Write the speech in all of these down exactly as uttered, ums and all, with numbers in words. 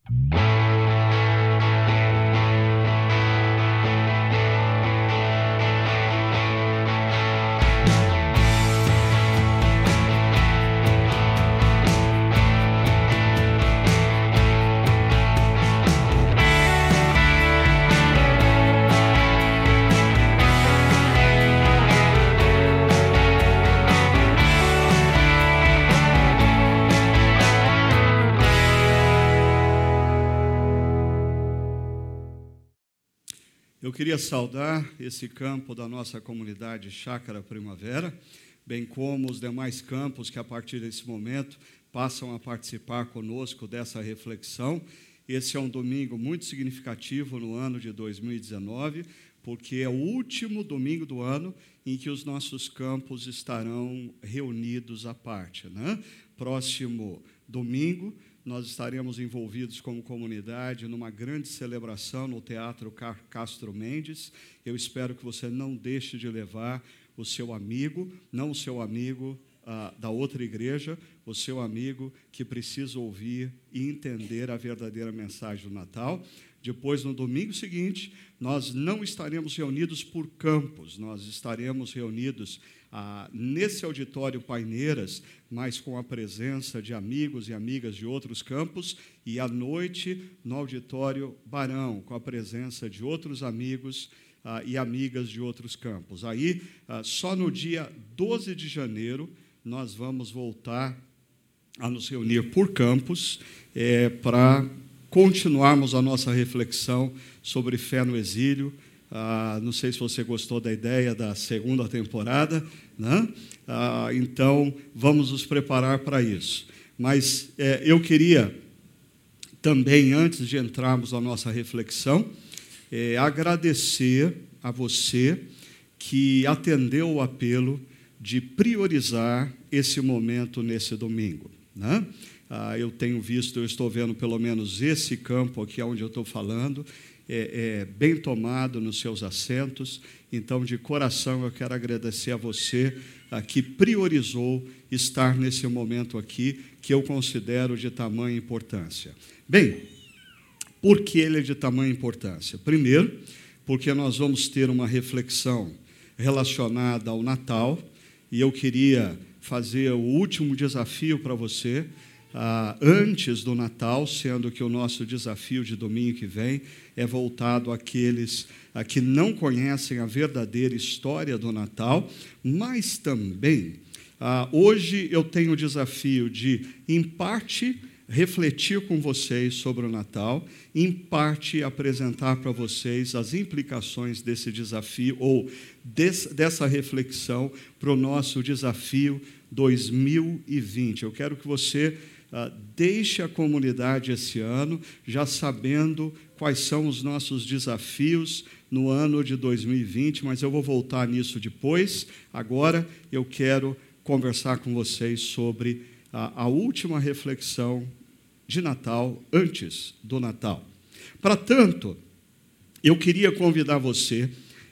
Eu queria saudar esse campo da nossa comunidade Chácara Primavera, bem como os demais campos que, a partir desse momento, passam a participar conosco dessa reflexão. Esse é um domingo muito significativo no ano de dois mil e dezenove, porque é o último domingo do ano em que os nossos campos estarão reunidos à parte, né? Próximo domingo, nós estaremos envolvidos como comunidade numa grande celebração no Teatro Castro Mendes. Eu espero que você não deixe de levar o seu amigo, não o seu amigo ah, da outra igreja, o seu amigo que precisa ouvir e entender a verdadeira mensagem do Natal. Depois, no domingo seguinte, nós não estaremos reunidos por campos, nós estaremos reunidos ah, nesse auditório Paineiras, mas com a presença de amigos e amigas de outros campos, e à noite no auditório Barão, com a presença de outros amigos ah, e amigas de outros campos. Aí, ah, só no dia doze de janeiro, nós vamos voltar a nos reunir por campos é, para continuarmos a nossa reflexão sobre fé no exílio. Ah, não sei se você gostou da ideia da segunda temporada, né? Ah, então, vamos nos preparar para isso. Mas é, eu queria também, antes de entrarmos na nossa reflexão, é, agradecer a você que atendeu o apelo de priorizar esse momento nesse domingo, né? Ah, eu tenho visto, eu estou vendo pelo menos esse campo aqui onde eu estou falando, é, é bem tomado nos seus assentos. Então, de coração, eu quero agradecer a você ah, que priorizou estar nesse momento aqui, que eu considero de tamanha importância. Bem, por que ele é de tamanha importância? Primeiro, porque nós vamos ter uma reflexão relacionada ao Natal, e eu queria fazer o último desafio para você, Ah, antes do Natal, sendo que o nosso desafio de domingo que vem é voltado àqueles a que não conhecem a verdadeira história do Natal, mas também, ah, hoje eu tenho o desafio de, em parte, refletir com vocês sobre o Natal, em parte, apresentar para vocês as implicações desse desafio, ou desse, dessa reflexão para o nosso desafio dois mil e vinte. Eu quero que você Uh, deixe a comunidade esse ano, já sabendo quais são os nossos desafios no ano de dois mil e vinte, mas eu vou voltar nisso depois. Agora, eu quero conversar com vocês sobre a, a última reflexão de Natal, antes do Natal. Para tanto, eu queria convidar você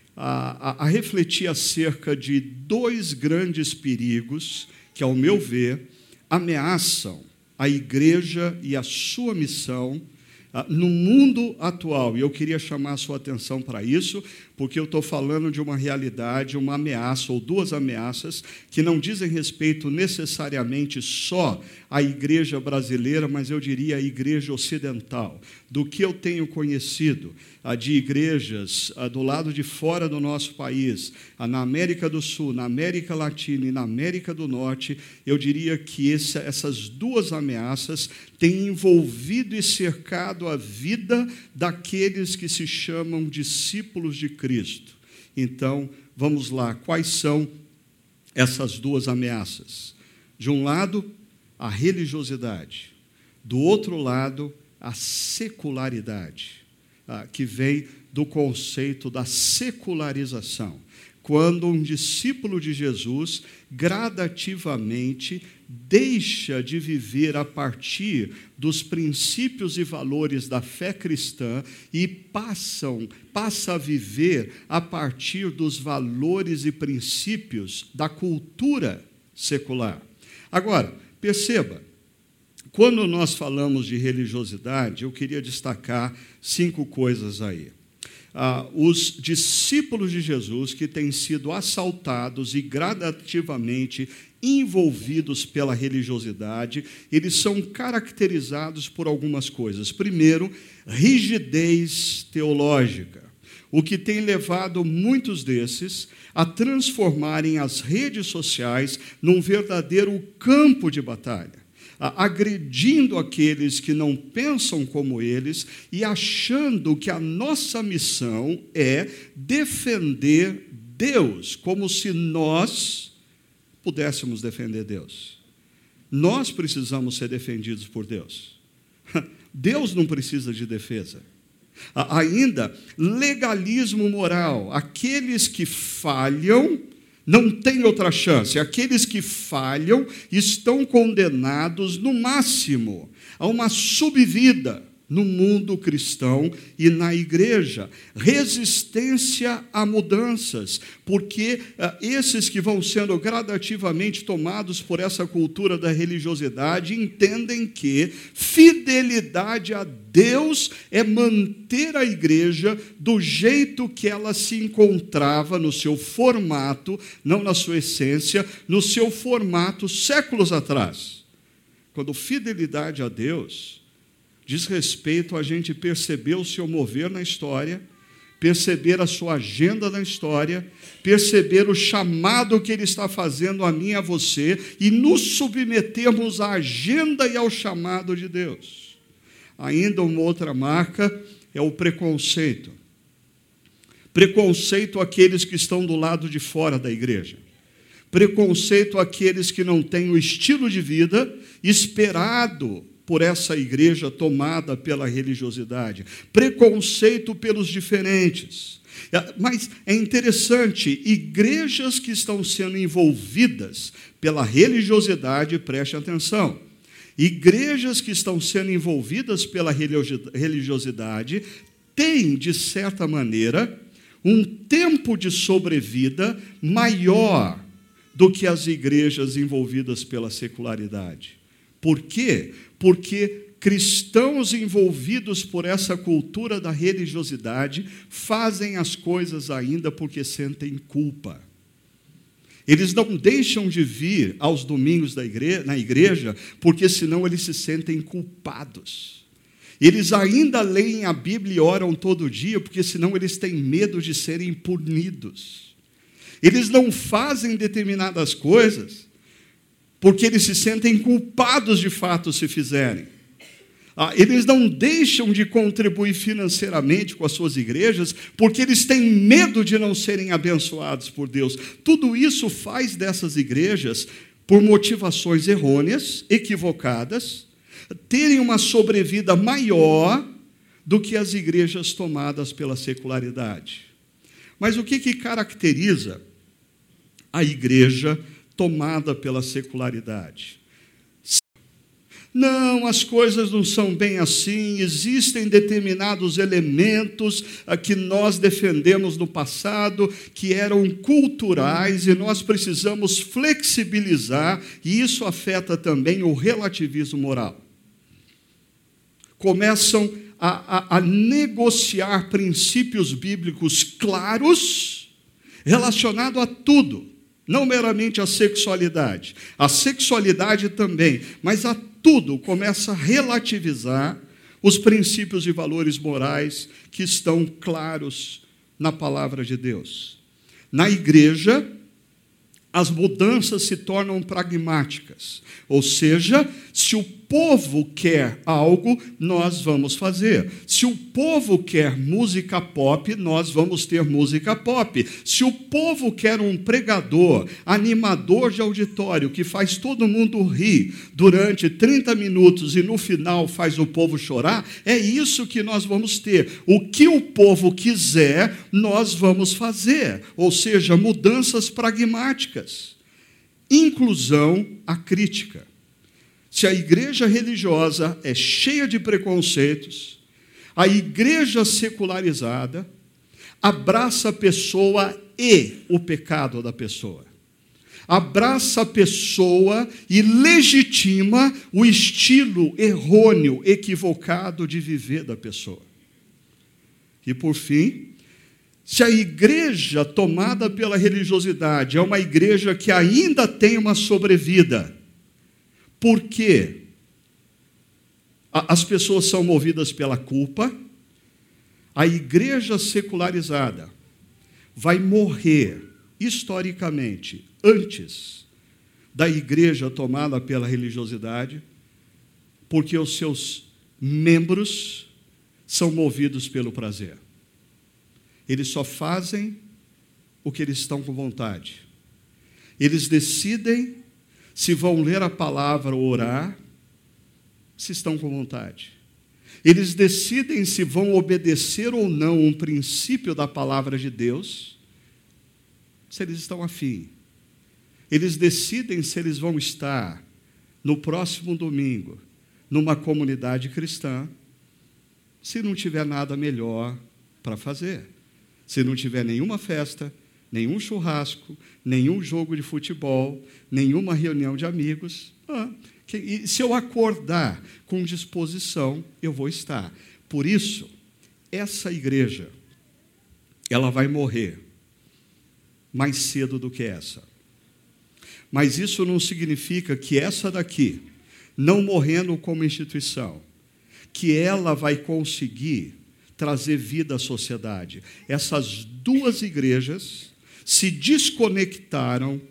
a, a, a refletir acerca de dois grandes perigos que, ao meu ver, ameaçam a igreja e a sua missão ah, no mundo atual. E eu queria chamar a sua atenção para isso, porque eu estou falando de uma realidade, uma ameaça, ou duas ameaças, que não dizem respeito necessariamente só à igreja brasileira, mas eu diria à igreja ocidental. Do que eu tenho conhecido ah, de igrejas ah, do lado de fora do nosso país, ah, na América do Sul, na América Latina e na América do Norte, eu diria que esse, essas duas ameaças têm envolvido e cercado a vida daqueles que se chamam discípulos de Cristo. Então, vamos lá, quais são essas duas ameaças? De um lado, a religiosidade. Do outro lado, a secularidade, ah, que vem do conceito da secularização. Quando um discípulo de Jesus gradativamente deixa de viver a partir dos princípios e valores da fé cristã e passam, passa a viver a partir dos valores e princípios da cultura secular. Agora, perceba, Quando nós falamos de religiosidade, eu queria destacar cinco coisas aí. Ah, os discípulos de Jesus que têm sido assaltados e gradativamente envolvidos pela religiosidade, eles são caracterizados por algumas coisas. Primeiro, rigidez teológica, o que tem levado muitos desses a transformarem as redes sociais num verdadeiro campo de batalha, agredindo aqueles que não pensam como eles e achando que a nossa missão é defender Deus, como se nós pudéssemos defender Deus. Nós precisamos ser defendidos por Deus. Deus não precisa de defesa. Ainda, legalismo moral. Aqueles que falham não têm outra chance. Aqueles que falham estão condenados, no máximo, a uma subvida no mundo cristão e na igreja. Resistência a mudanças, porque ah, esses que vão sendo gradativamente tomados por essa cultura da religiosidade entendem que fidelidade a Deus é manter a igreja do jeito que ela se encontrava no seu formato, não na sua essência, no seu formato séculos atrás. Quando fidelidade a Deus diz respeito a gente perceber o seu mover na história, perceber a sua agenda na história, perceber o chamado que Ele está fazendo a mim e a você e nos submetermos à agenda e ao chamado de Deus. Ainda uma outra marca é o preconceito. Preconceito àqueles que estão do lado de fora da igreja. Preconceito àqueles que não têm o estilo de vida esperado por essa igreja tomada pela religiosidade, preconceito pelos diferentes. Mas é interessante, igrejas que estão sendo envolvidas pela religiosidade, preste atenção, igrejas que estão sendo envolvidas pela religiosidade têm, de certa maneira, um tempo de sobrevida maior do que as igrejas envolvidas pela secularidade. Por quê? Porque cristãos envolvidos por essa cultura da religiosidade fazem as coisas ainda porque sentem culpa. Eles não deixam de vir aos domingos da igreja, na igreja, porque senão eles se sentem culpados. Eles ainda leem a Bíblia e oram todo dia, porque senão eles têm medo de serem punidos. Eles não fazem determinadas coisas porque eles se sentem culpados de fato se fizerem. Ah, eles não deixam de contribuir financeiramente com as suas igrejas, porque eles têm medo de não serem abençoados por Deus. Tudo isso faz dessas igrejas, por motivações errôneas, equivocadas, terem uma sobrevida maior do que as igrejas tomadas pela secularidade. Mas o que, que caracteriza a igreja tomada pela secularidade? Não, as coisas não são bem assim, existem determinados elementos que nós defendemos no passado, que eram culturais, e nós precisamos flexibilizar, e isso afeta também o relativismo moral. Começam a, a, a negociar princípios bíblicos claros, relacionados a tudo, não meramente a sexualidade, a sexualidade também, mas a tudo começa a relativizar os princípios e valores morais que estão claros na palavra de Deus. Na igreja, as mudanças se tornam pragmáticas, ou seja, se o povo quer algo, nós vamos fazer. Se o povo quer música pop, nós vamos ter música pop. Se o povo quer um pregador, animador de auditório, que faz todo mundo rir durante trinta minutos e no final faz o povo chorar, é isso que nós vamos ter. O que o povo quiser, nós vamos fazer. Ou seja, mudanças pragmáticas. Inclusão acrítica. Se a igreja religiosa é cheia de preconceitos, a igreja secularizada abraça a pessoa e o pecado da pessoa. abraça a pessoa e legitima o estilo errôneo, equivocado de viver da pessoa. E, por fim, se a igreja tomada pela religiosidade é uma igreja que ainda tem uma sobrevida, por quê? As pessoas são movidas pela culpa, a igreja secularizada vai morrer, historicamente, antes da igreja tomada pela religiosidade, porque os seus membros são movidos pelo prazer. Eles só fazem o que eles estão com vontade. Eles decidem se vão ler a palavra ou orar, se estão com vontade. Eles decidem se vão obedecer ou não um princípio da palavra de Deus, se eles estão afim. Eles decidem se eles vão estar no próximo domingo numa comunidade cristã, se não tiver nada melhor para fazer. Se não tiver nenhuma festa, nenhum churrasco, nenhum jogo de futebol, nenhuma reunião de amigos, ah, que, e se eu acordar com disposição, eu vou estar. Por isso, essa igreja, ela vai morrer mais cedo do que essa. Mas isso não significa que essa daqui, não morrendo como instituição, que ela vai conseguir trazer vida à sociedade. Essas duas igrejas se desconectaram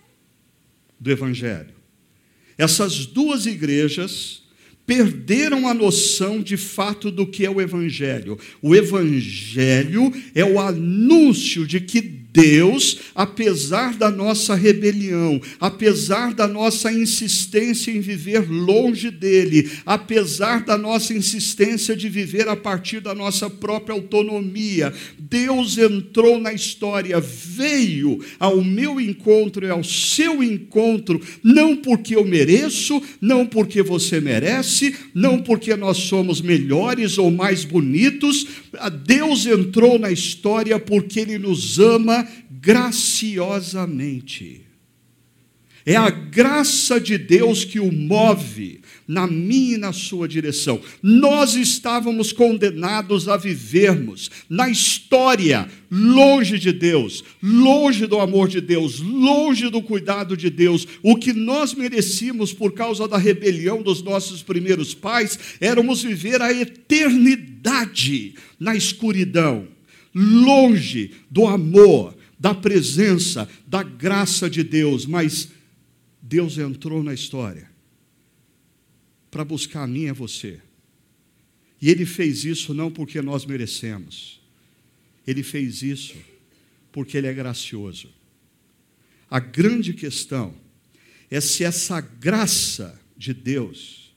do Evangelho. Essas duas igrejas perderam a noção de fato do que é o Evangelho. O Evangelho é o anúncio de que Deus, apesar da nossa rebelião, apesar da nossa insistência em viver longe dele, apesar da nossa insistência de viver a partir da nossa própria autonomia, Deus entrou na história, veio ao meu encontro e ao seu encontro, não porque eu mereço, não porque você merece, não porque nós somos melhores ou mais bonitos. Deus entrou na história porque Ele nos ama graciosamente. É a graça de Deus que o move na minha e na sua direção. Nós estávamos condenados a vivermos na história longe de Deus, longe do amor de Deus, longe do cuidado de Deus. O que nós merecíamos por causa da rebelião dos nossos primeiros pais, éramos viver a eternidade na escuridão, longe do amor, da presença, da graça de Deus. Mas Deus entrou na história para buscar a mim e a você. E Ele fez isso não porque nós merecemos. Ele fez isso porque Ele é gracioso. A grande questão é se essa graça de Deus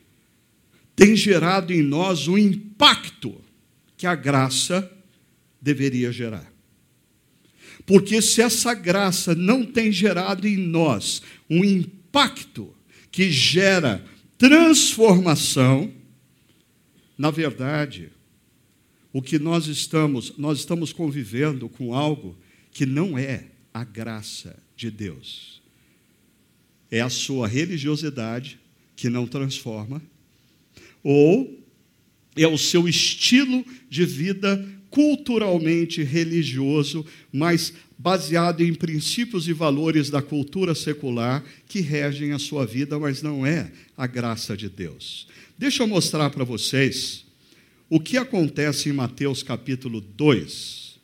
tem gerado em nós o impacto que a graça deveria gerar. Porque se essa graça não tem gerado em nós um impacto que gera transformação, na verdade, o que nós estamos, nós estamos convivendo com algo que não é a graça de Deus. É a sua religiosidade que não transforma, ou é o seu estilo de vida culturalmente religioso, mas baseado em princípios e valores da cultura secular que regem a sua vida, mas não é a graça de Deus. Deixa eu mostrar para vocês o que acontece em Mateus capítulo dois,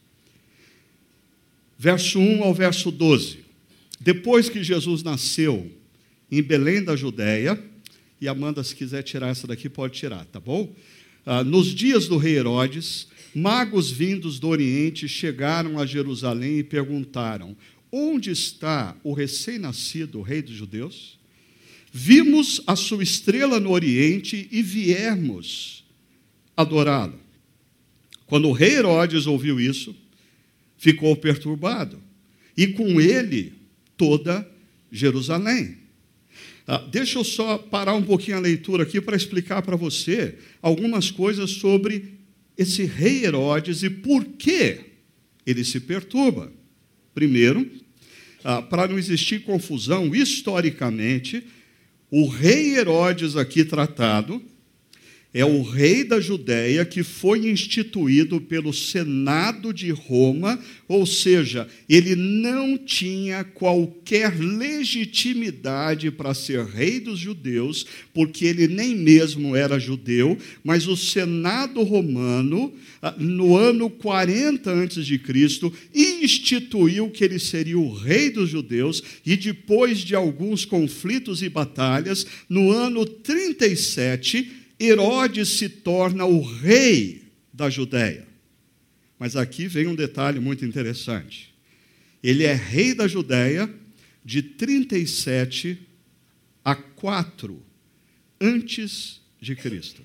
verso um ao verso doze. Depois que Jesus nasceu em Belém da Judéia, e Amanda, se quiser tirar essa daqui, pode tirar, tá bom? Ah, nos dias do rei Herodes, magos vindos do Oriente chegaram a Jerusalém e perguntaram: onde está o recém-nascido rei dos judeus? Vimos a sua estrela no Oriente e viemos adorá-lo. Quando o rei Herodes ouviu isso, ficou perturbado, e com ele toda Jerusalém. Ah, deixa eu só parar um pouquinho a leitura aqui para explicar para você algumas coisas sobre esse rei Herodes e por que ele se perturba. Primeiro, ah, para não existir confusão, historicamente, o rei Herodes aqui tratado é o rei da Judéia que foi instituído pelo Senado de Roma, ou seja, ele não tinha qualquer legitimidade para ser rei dos judeus, porque ele nem mesmo era judeu, mas o Senado romano, no ano quarenta antes de Cristo, instituiu que ele seria o rei dos judeus, e depois de alguns conflitos e batalhas, no ano trinta e sete, Herodes se torna o rei da Judéia. Mas aqui vem um detalhe muito interessante. Ele é rei da Judéia de trinta e sete a quatro antes de Cristo.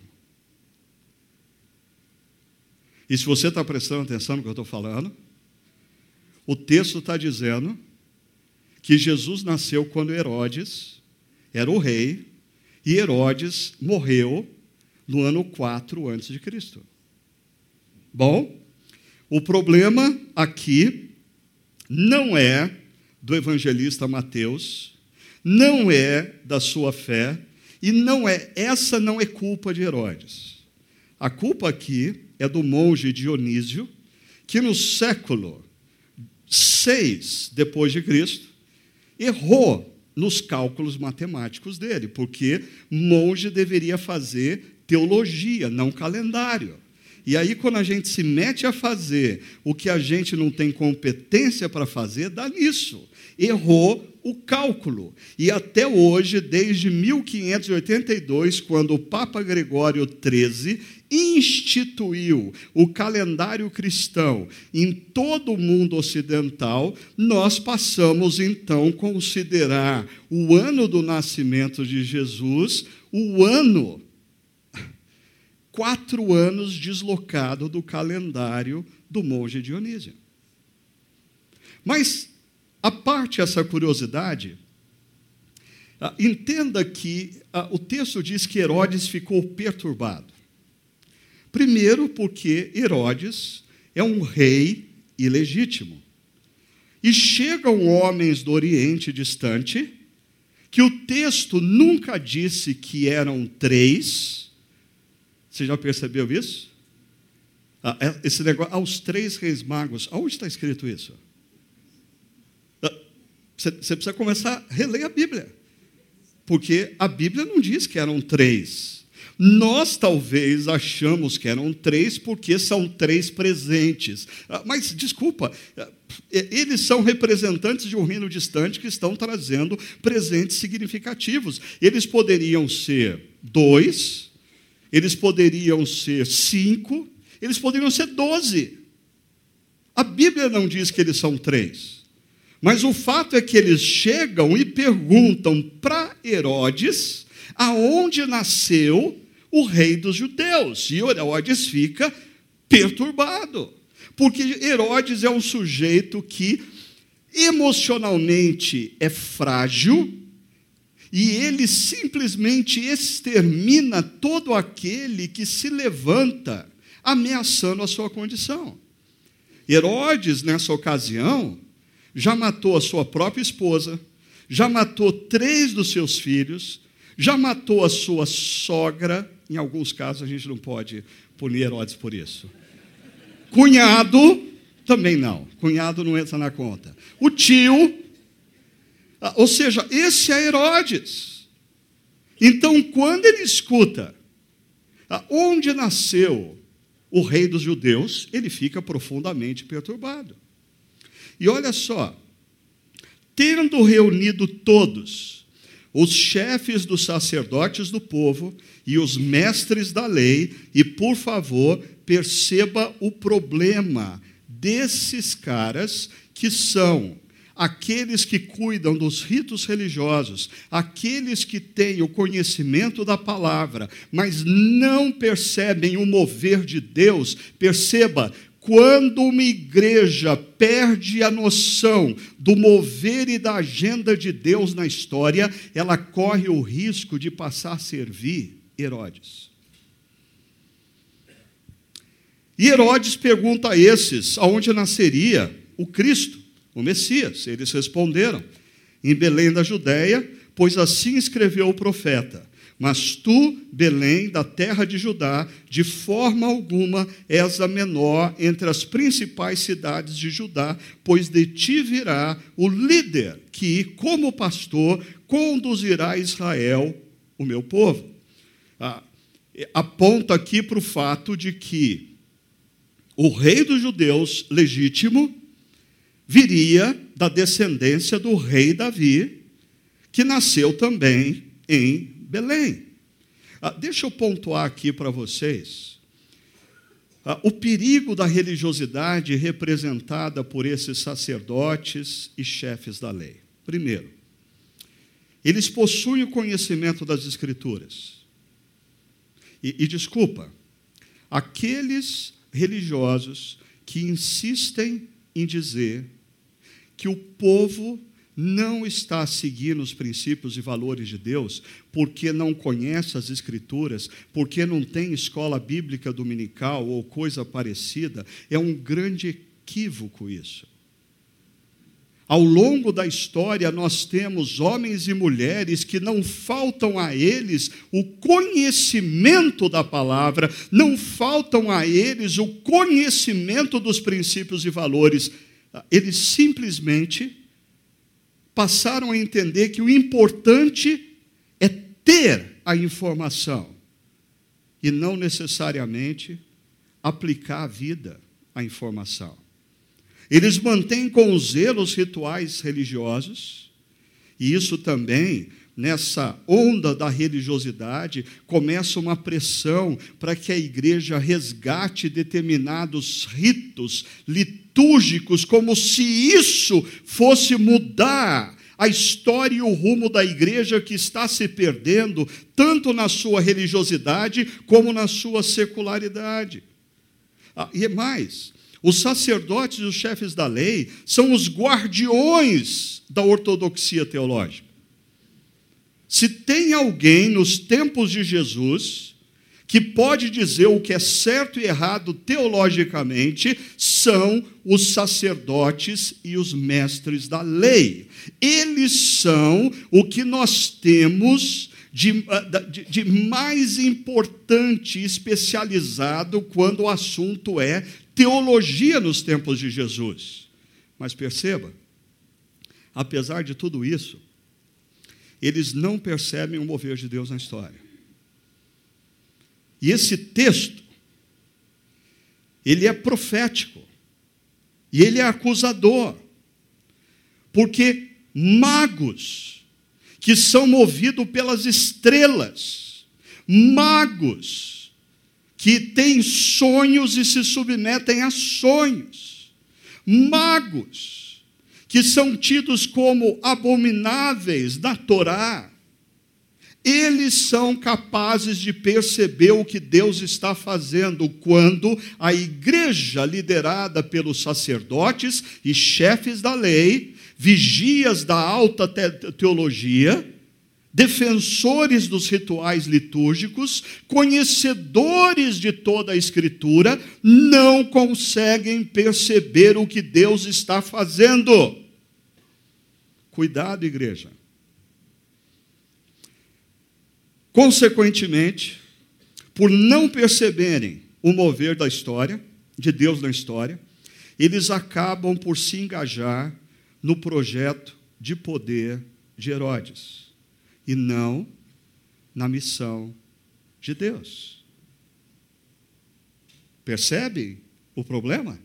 E se você está prestando atenção no que eu estou falando, o texto está dizendo que Jesus nasceu quando Herodes era o rei, e Herodes morreu no ano quatro antes de Cristo. Bom, o problema aqui não é do evangelista Mateus, não é da sua fé, e não é, essa não é culpa de Herodes. A culpa aqui é do monge Dionísio, que no século seis depois de Cristo errou nos cálculos matemáticos dele, porque monge deveria fazer teologia, não calendário. E aí, quando a gente se mete a fazer o que a gente não tem competência para fazer, dá nisso. Errou o cálculo. E até hoje, desde mil quinhentos e oitenta e dois, quando o Papa Gregório treze instituiu o calendário cristão em todo o mundo ocidental, nós passamos, então, a considerar o ano do nascimento de Jesus, o ano quatro anos deslocado do calendário do monge Dionísio. Mas, à parte essa curiosidade, entenda que o texto diz que Herodes ficou perturbado. Primeiro, porque Herodes é um rei ilegítimo. E chegam homens do Oriente distante, que o texto nunca disse que eram três. Você já percebeu isso? Ah, esse negócio, aos três reis magos, aonde está escrito isso? Ah, você, você precisa começar a reler a Bíblia, porque a Bíblia não diz que eram três. Nós talvez achamos que eram três porque são três presentes. Ah, mas, desculpa, eles são representantes de um reino distante que estão trazendo presentes significativos. Eles poderiam ser dois, eles poderiam ser cinco, eles poderiam ser doze. A Bíblia não diz que eles são três. Mas o fato é que eles chegam e perguntam para Herodes aonde nasceu o rei dos judeus. E Herodes fica perturbado, porque Herodes é um sujeito que emocionalmente é frágil, e ele simplesmente extermina todo aquele que se levanta ameaçando a sua condição. Herodes, nessa ocasião, já matou a sua própria esposa, já matou três dos seus filhos, já matou a sua sogra. Em alguns casos, a gente não pode punir Herodes por isso. Cunhado, também não. Cunhado não entra na conta. O tio, ou seja, esse é Herodes. Então, quando ele escuta onde nasceu o rei dos judeus, ele fica profundamente perturbado. E olha só, tendo reunido todos, os chefes dos sacerdotes do povo e os mestres da lei, e, por favor, perceba o problema desses caras que são aqueles que cuidam dos ritos religiosos, aqueles que têm o conhecimento da palavra, mas não percebem o mover de Deus. Perceba, quando uma igreja perde a noção do mover e da agenda de Deus na história, ela corre o risco de passar a servir Herodes. E Herodes pergunta a esses aonde nasceria o Cristo, o Messias. Eles responderam: em Belém da Judéia, pois assim escreveu o profeta: mas tu, Belém, da terra de Judá, de forma alguma és a menor entre as principais cidades de Judá, pois de ti virá o líder que, como pastor, conduzirá a Israel, o meu povo. Ah, aponta aqui para o fato de que o rei dos judeus legítimo viria da descendência do rei Davi, que nasceu também em Belém. Ah, deixa eu pontuar aqui para vocês ah, o perigo da religiosidade representada por esses sacerdotes e chefes da lei. Primeiro, eles possuem o conhecimento das Escrituras. E, e desculpa, aqueles religiosos que insistem em dizer que o povo não está seguindo os princípios e valores de Deus porque não conhece as Escrituras, porque não tem escola bíblica dominical ou coisa parecida, é um grande equívoco isso. Ao longo da história, nós temos homens e mulheres que não faltam a eles o conhecimento da palavra, não faltam a eles o conhecimento dos princípios e valores. Eles simplesmente passaram a entender que o importante é ter a informação e não necessariamente aplicar a vida à informação. Eles mantêm com zelo os rituais religiosos, e isso também, nessa onda da religiosidade, começa uma pressão para que a igreja resgate determinados ritos litúrgicos, como se isso fosse mudar a história e o rumo da igreja, que está se perdendo, tanto na sua religiosidade como na sua secularidade. Ah, e mais, os sacerdotes e os chefes da lei são os guardiões da ortodoxia teológica. Se tem alguém nos tempos de Jesus que pode dizer o que é certo e errado teologicamente, são os sacerdotes e os mestres da lei. Eles são o que nós temos de, de, de mais importante e especializado quando o assunto é teologia nos tempos de Jesus. Mas perceba, apesar de tudo isso, eles não percebem o mover de Deus na história. E esse texto, ele é profético, e ele é acusador, porque magos, que são movidos pelas estrelas, magos, que têm sonhos e se submetem a sonhos, magos, que são tidos como abomináveis na Torá, eles são capazes de perceber o que Deus está fazendo quando a igreja, liderada pelos sacerdotes e chefes da lei, vigias da alta teologia, defensores dos rituais litúrgicos, conhecedores de toda a Escritura, não conseguem perceber o que Deus está fazendo. Cuidado, igreja. Consequentemente, por não perceberem o mover da história, de Deus na história, eles acabam por se engajar no projeto de poder de Herodes, e não na missão de Deus. Percebe o problema?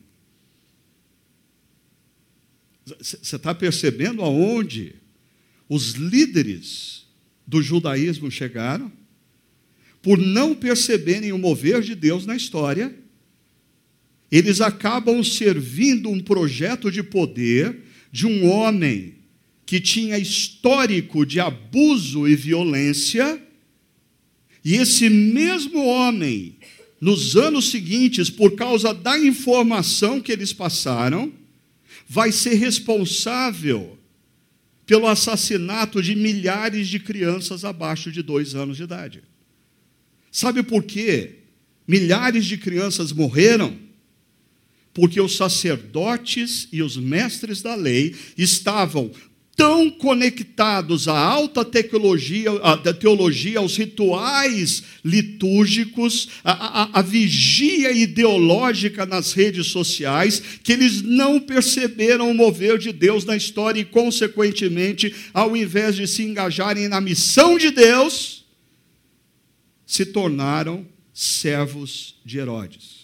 Você está percebendo aonde os líderes do judaísmo chegaram? Por não perceberem o mover de Deus na história, eles acabam servindo um projeto de poder de um homem que tinha histórico de abuso e violência, e esse mesmo homem, nos anos seguintes, por causa da informação que eles passaram, vai ser responsável pelo assassinato de milhares de crianças abaixo de dois anos de idade. Sabe por quê? Milhares de crianças morreram? porque os sacerdotes e os mestres da lei estavam tão conectados à alta teologia, à teologia, aos rituais litúrgicos, à, à, à vigia ideológica nas redes sociais, que eles não perceberam o mover de Deus na história e, consequentemente, ao invés de se engajarem na missão de Deus, se tornaram servos de Herodes.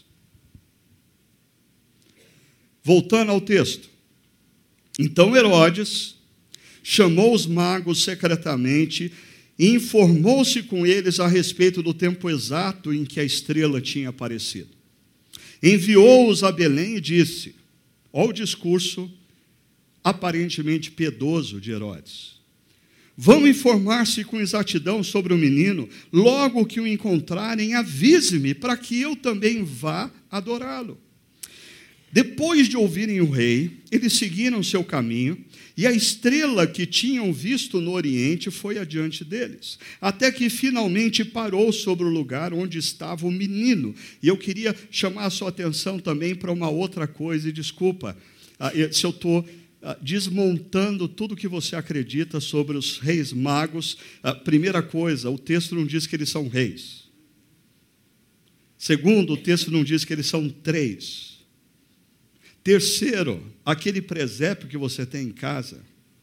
Voltando ao texto. Então Herodes chamou os magos secretamente e informou-se com eles a respeito do tempo exato em que a estrela tinha aparecido. Enviou-os a Belém e disse, olha o discurso aparentemente piedoso de Herodes: vão informar-se com exatidão sobre o menino, logo que o encontrarem, avise-me, para que eu também vá adorá-lo. Depois de ouvirem o rei, eles seguiram seu caminho, e a estrela que tinham visto no oriente foi adiante deles, até que finalmente parou sobre o lugar onde estava o menino. E eu queria chamar a sua atenção também para uma outra coisa, e desculpa se eu estou desmontando tudo que você acredita sobre os reis magos. A primeira coisa, o texto não diz que eles são reis. Segundo, o texto não diz que eles são três. Terceiro, aquele presépio que você tem em casa,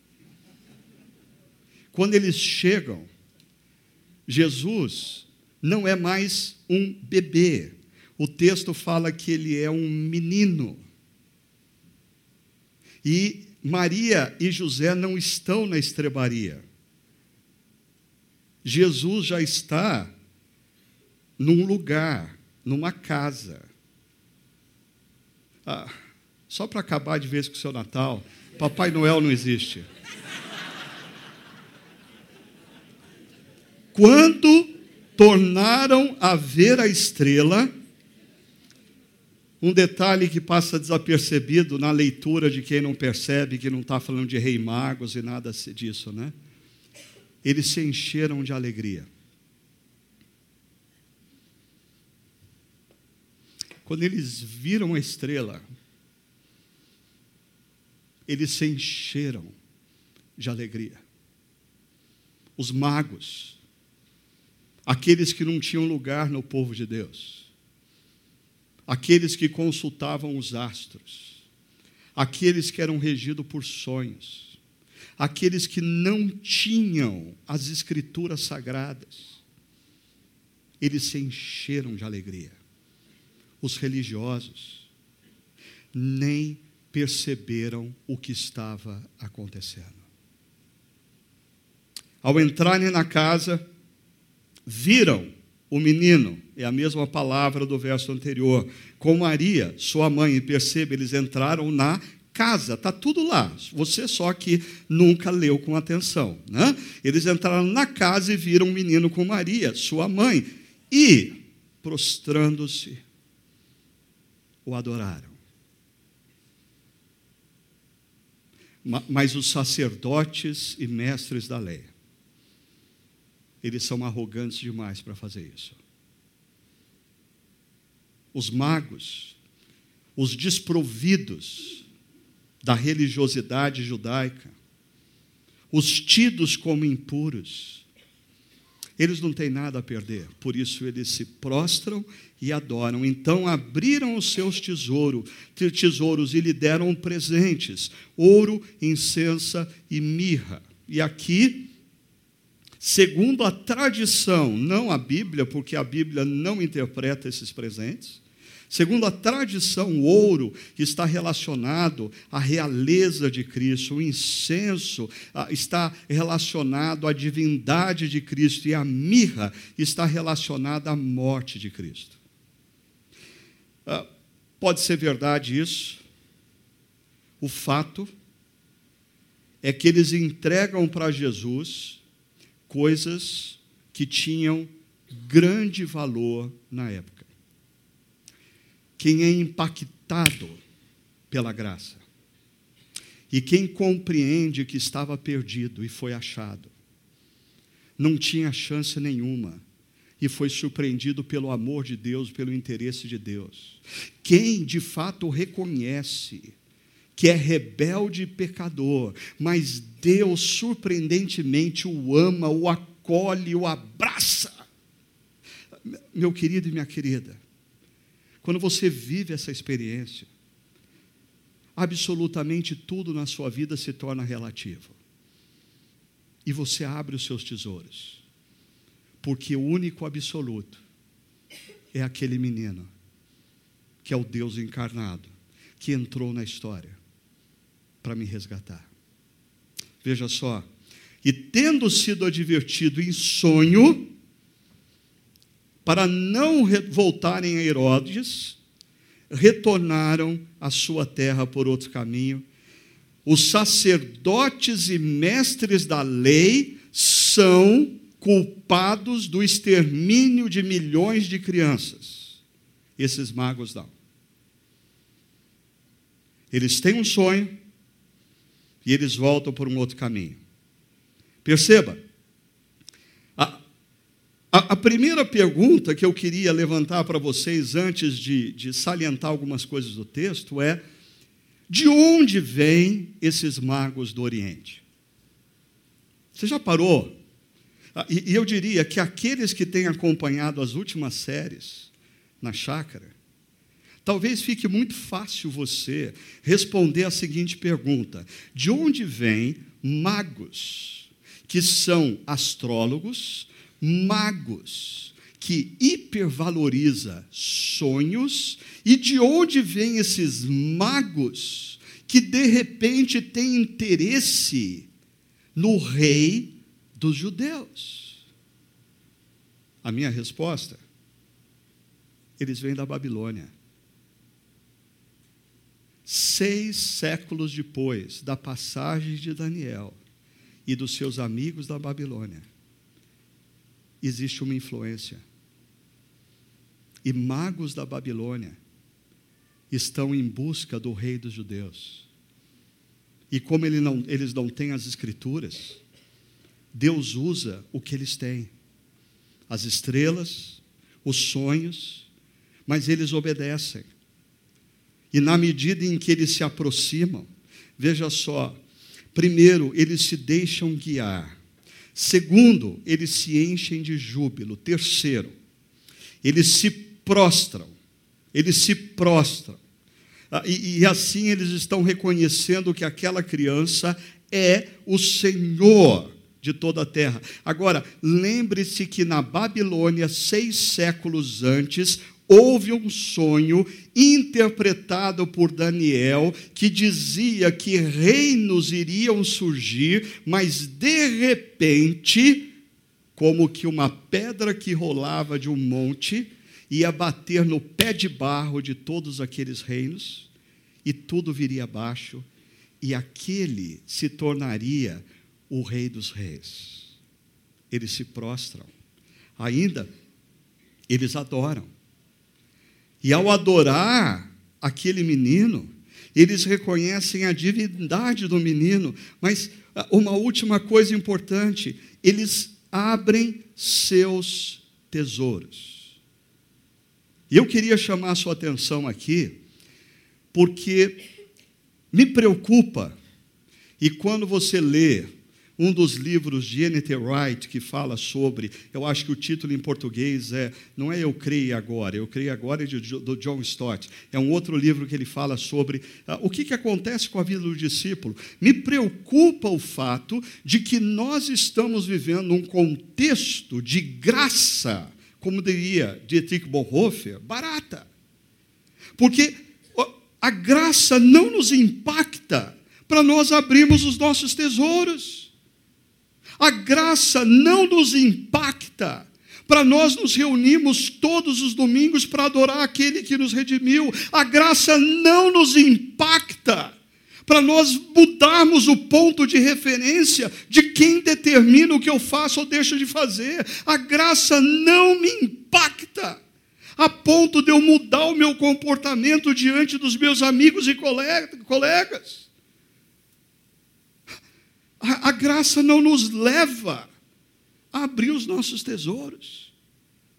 quando eles chegam, Jesus não é mais um bebê. O texto fala que ele é um menino. E Maria e José não estão na estrebaria. Jesus já está num lugar, numa casa. Ah, só para acabar de vez com o seu Natal, Papai Noel não existe. Quando tornaram a ver a estrela, um detalhe que passa desapercebido na leitura de quem não percebe, que não está falando de rei magos e nada disso, né? Eles se encheram de alegria. Quando eles viram a estrela, eles se encheram de alegria. Os magos, aqueles que não tinham lugar no povo de Deus, aqueles que consultavam os astros, aqueles que eram regidos por sonhos, aqueles que não tinham as escrituras sagradas, eles se encheram de alegria. Os religiosos nem perceberam o que estava acontecendo. Ao entrarem na casa, viram o menino, é a mesma palavra do verso anterior, com Maria, sua mãe, e percebe, eles entraram na casa, está tudo lá, você só que nunca leu com atenção, né? Eles entraram na casa e viram o menino com Maria, sua mãe, e, prostrando-se, o adoraram. Mas os sacerdotes e mestres da lei, eles são arrogantes demais para fazer isso. Os magos, os desprovidos da religiosidade judaica, os tidos como impuros, eles não têm nada a perder, por isso eles se prostram e adoram. Então abriram os seus tesouros, tesouros e lhe deram presentes, ouro, incenso e mirra. E aqui, segundo a tradição, não a Bíblia, porque a Bíblia não interpreta esses presentes, segundo a tradição, o ouro está relacionado à realeza de Cristo, o incenso está relacionado à divindade de Cristo e a mirra está relacionada à morte de Cristo. Pode ser verdade isso. O fato é que eles entregam para Jesus coisas que tinham grande valor na época. Quem é impactado pela graça e quem compreende que estava perdido e foi achado, não tinha chance nenhuma e foi surpreendido pelo amor de Deus, pelo interesse de Deus. Quem de fato reconhece que é rebelde e pecador, mas Deus surpreendentemente o ama, o acolhe, o abraça. Meu querido e minha querida, quando você vive essa experiência, absolutamente tudo na sua vida se torna relativo. E você abre os seus tesouros, porque o único absoluto é aquele menino, que é o Deus encarnado, que entrou na história para me resgatar. Veja só, e tendo sido advertido em sonho, para não voltarem a Herodes, retornaram à sua terra por outro caminho. Os sacerdotes e mestres da lei são culpados do extermínio de milhões de crianças. Esses magos não. Eles têm um sonho e eles voltam por um outro caminho. Perceba, a, a, a primeira pergunta que eu queria levantar para vocês antes de, de salientar algumas coisas do texto é: de onde vêm esses magos do Oriente? Você já parou? E, e eu diria que aqueles que têm acompanhado as últimas séries na Chácara, talvez fique muito fácil você responder a seguinte pergunta: de onde vêm magos que são astrólogos, magos que hipervaloriza sonhos, e de onde vêm esses magos que de repente têm interesse no rei dos judeus? A minha resposta: eles vêm da Babilônia. Seis séculos depois da passagem de Daniel e dos seus amigos da Babilônia, existe uma influência. E magos da Babilônia estão em busca do rei dos judeus. E como ele não, eles não têm as escrituras, Deus usa o que eles têm: as estrelas, os sonhos, mas eles obedecem. E na medida em que eles se aproximam, veja só, primeiro, eles se deixam guiar. Segundo, eles se enchem de júbilo. Terceiro, eles se prostram. Eles se prostram. E, e assim eles estão reconhecendo que aquela criança é o Senhor de toda a terra. Agora, lembre-se que na Babilônia, seis séculos antes, houve um sonho interpretado por Daniel que dizia que reinos iriam surgir, mas de repente, como que uma pedra que rolava de um monte ia bater no pé de barro de todos aqueles reinos, e tudo viria abaixo, e aquele se tornaria o rei dos reis. Eles se prostram. Ainda, eles adoram. E ao adorar aquele menino, eles reconhecem a divindade do menino. Mas uma última coisa importante: eles abrem seus tesouros. E eu queria chamar a sua atenção aqui, porque me preocupa, e quando você lê um dos livros de N T Wright, que fala sobre, eu acho que o título em português é, não é Eu Creio Agora, Eu Creio Agora é de, do John Stott, é um outro livro que ele fala sobre uh, o que, que acontece com a vida do discípulo. Me preocupa o fato de que nós estamos vivendo um contexto de graça, como diria Dietrich Bonhoeffer, barata. Porque a graça não nos impacta para nós abrirmos os nossos tesouros. A graça não nos impacta para nós nos reunirmos todos os domingos para adorar aquele que nos redimiu. A graça não nos impacta para nós mudarmos o ponto de referência de quem determina o que eu faço ou deixo de fazer. A graça não me impacta a ponto de eu mudar o meu comportamento diante dos meus amigos e colegas. A, a graça não nos leva a abrir os nossos tesouros.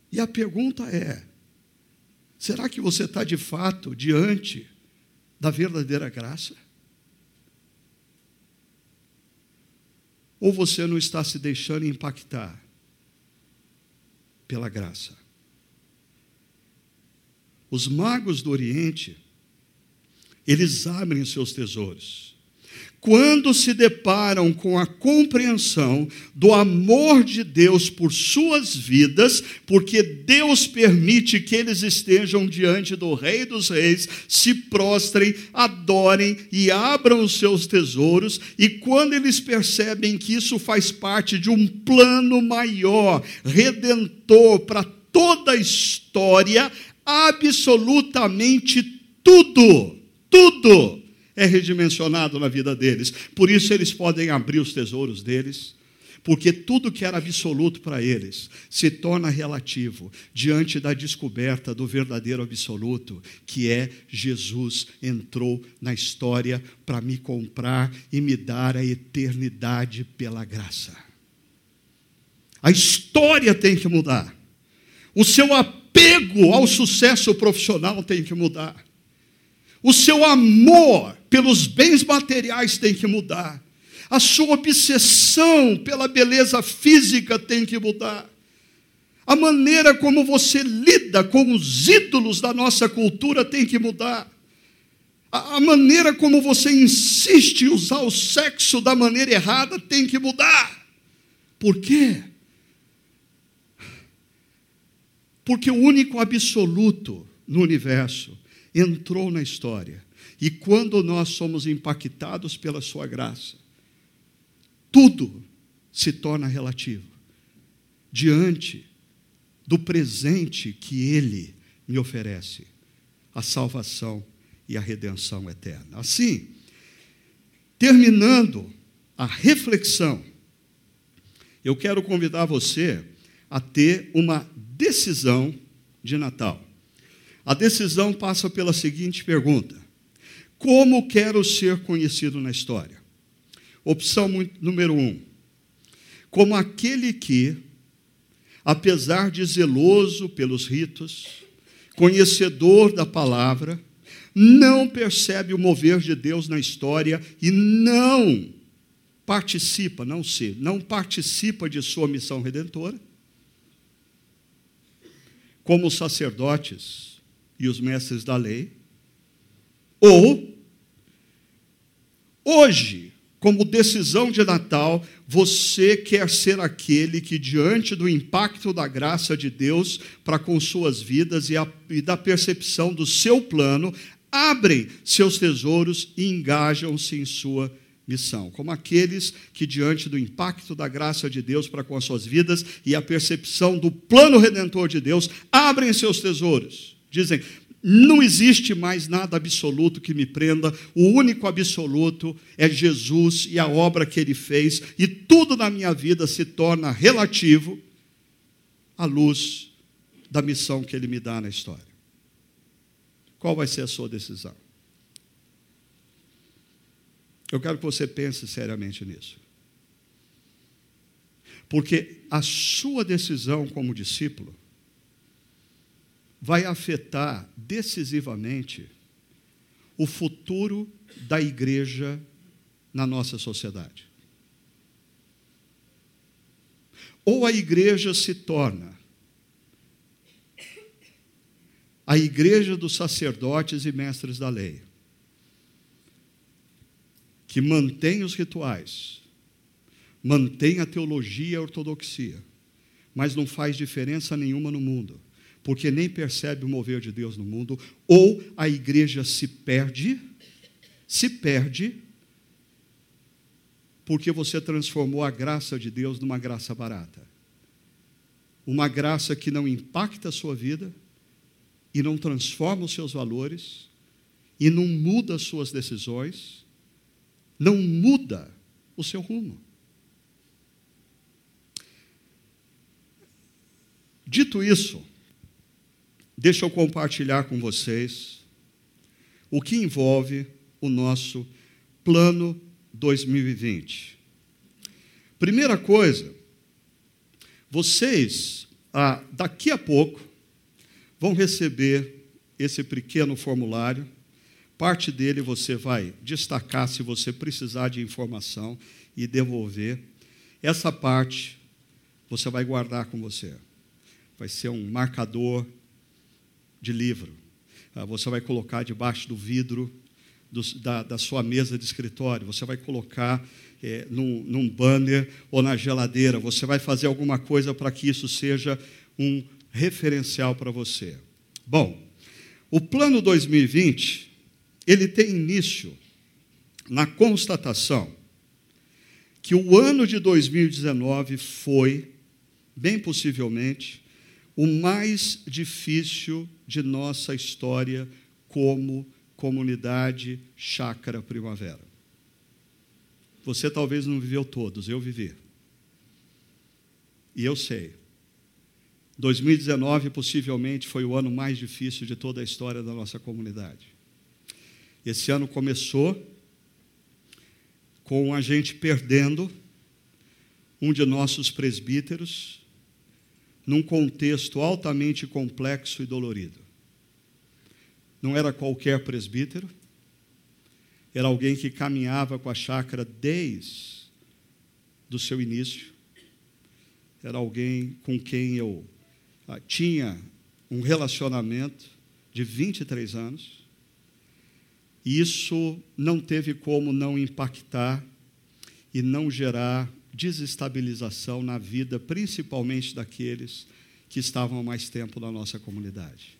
E a pergunta é: será que você está de fato diante da verdadeira graça? Ou você não está se deixando impactar pela graça? Os magos do Oriente, eles abrem seus tesouros. Quando se deparam com a compreensão do amor de Deus por suas vidas, porque Deus permite que eles estejam diante do Rei dos Reis, se prostrem, adorem e abram os seus tesouros, e quando eles percebem que isso faz parte de um plano maior, redentor para toda a história, absolutamente tudo, tudo é redimensionado na vida deles. Por isso eles podem abrir os tesouros deles, porque tudo que era absoluto para eles se torna relativo diante da descoberta do verdadeiro absoluto, que é Jesus entrou na história para me comprar e me dar a eternidade pela graça. A história tem que mudar. O seu apego ao sucesso profissional tem que mudar. O seu amor pelos bens materiais tem que mudar. A sua obsessão pela beleza física tem que mudar. A maneira como você lida com os ídolos da nossa cultura tem que mudar. A maneira como você insiste em usar o sexo da maneira errada tem que mudar. Por quê? Porque o único absoluto no universo entrou na história. E quando nós somos impactados pela sua graça, tudo se torna relativo diante do presente que Ele me oferece, a salvação e a redenção eterna. Assim, terminando a reflexão, eu quero convidar você a ter uma decisão de Natal. A decisão passa pela seguinte pergunta: como quero ser conhecido na história? Opção número um: como aquele que, apesar de zeloso pelos ritos, conhecedor da palavra, não percebe o mover de Deus na história e não participa, não se, não participa de sua missão redentora, como os sacerdotes e os mestres da lei. Ou, hoje, como decisão de Natal, você quer ser aquele que, diante do impacto da graça de Deus para com suas vidas e, a, e da percepção do seu plano, abrem seus tesouros e engajam-se em sua missão. Como aqueles que, diante do impacto da graça de Deus para com as suas vidas e a percepção do plano redentor de Deus, abrem seus tesouros. Dizem: não existe mais nada absoluto que me prenda, o único absoluto é Jesus e a obra que Ele fez, e tudo na minha vida se torna relativo à luz da missão que Ele me dá na história. Qual vai ser a sua decisão? Eu quero que você pense seriamente nisso. Porque a sua decisão como discípulo vai afetar decisivamente o futuro da igreja na nossa sociedade. Ou a igreja se torna a igreja dos sacerdotes e mestres da lei, que mantém os rituais, mantém a teologia e a ortodoxia, mas não faz diferença nenhuma no mundo, porque nem percebe o mover de Deus no mundo. Ou a igreja se perde, se perde, porque você transformou a graça de Deus numa graça barata. Uma graça que não impacta a sua vida, e não transforma os seus valores, e não muda as suas decisões, não muda o seu rumo. Dito isso, deixa eu compartilhar com vocês o que envolve o nosso plano dois mil e vinte. Primeira coisa, vocês ah, daqui a pouco, vão receber esse pequeno formulário. Parte dele você vai destacar se você precisar de informação e devolver. Essa parte você vai guardar com você. Vai ser um marcador de livro. Ah, você vai colocar debaixo do vidro do, da, da sua mesa de escritório. Você vai colocar é, num, num banner ou na geladeira. Você vai fazer alguma coisa para que isso seja um referencial para você. Bom, o Plano dois mil e vinte, ele tem início na constatação que o ano de dois mil e dezenove foi, bem possivelmente, o mais difícil de nossa história como comunidade Chácara Primavera. Você talvez não viveu todos, eu vivi. E eu sei. dois mil e dezenove possivelmente foi o ano mais difícil de toda a história da nossa comunidade. Esse ano começou com a gente perdendo um de nossos presbíteros num contexto altamente complexo e dolorido. Não era qualquer presbítero, era alguém que caminhava com a chácara desde o seu início, era alguém com quem eu ah, tinha um relacionamento de vinte e três anos, e isso não teve como não impactar e não gerar desestabilização na vida, principalmente daqueles que estavam há mais tempo na nossa comunidade.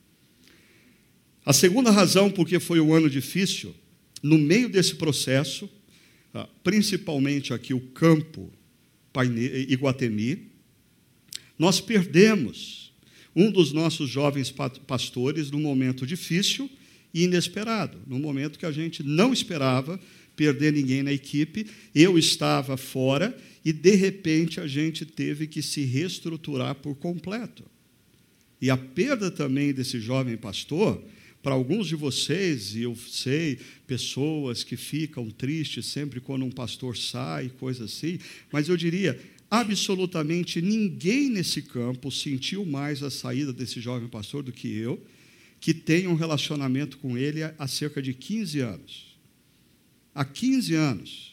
A segunda razão porque foi um ano difícil, no meio desse processo, principalmente aqui o campo Iguatemi, nós perdemos um dos nossos jovens pastores num momento difícil e inesperado, num momento que a gente não esperava perder ninguém na equipe. Eu estava fora e, de repente, a gente teve que se reestruturar por completo. E a perda também desse jovem pastor, para alguns de vocês, e eu sei, pessoas que ficam tristes sempre quando um pastor sai, coisa assim, mas eu diria, absolutamente ninguém nesse campo sentiu mais a saída desse jovem pastor do que eu, que tenho um relacionamento com ele há cerca de quinze anos. Há quinze anos,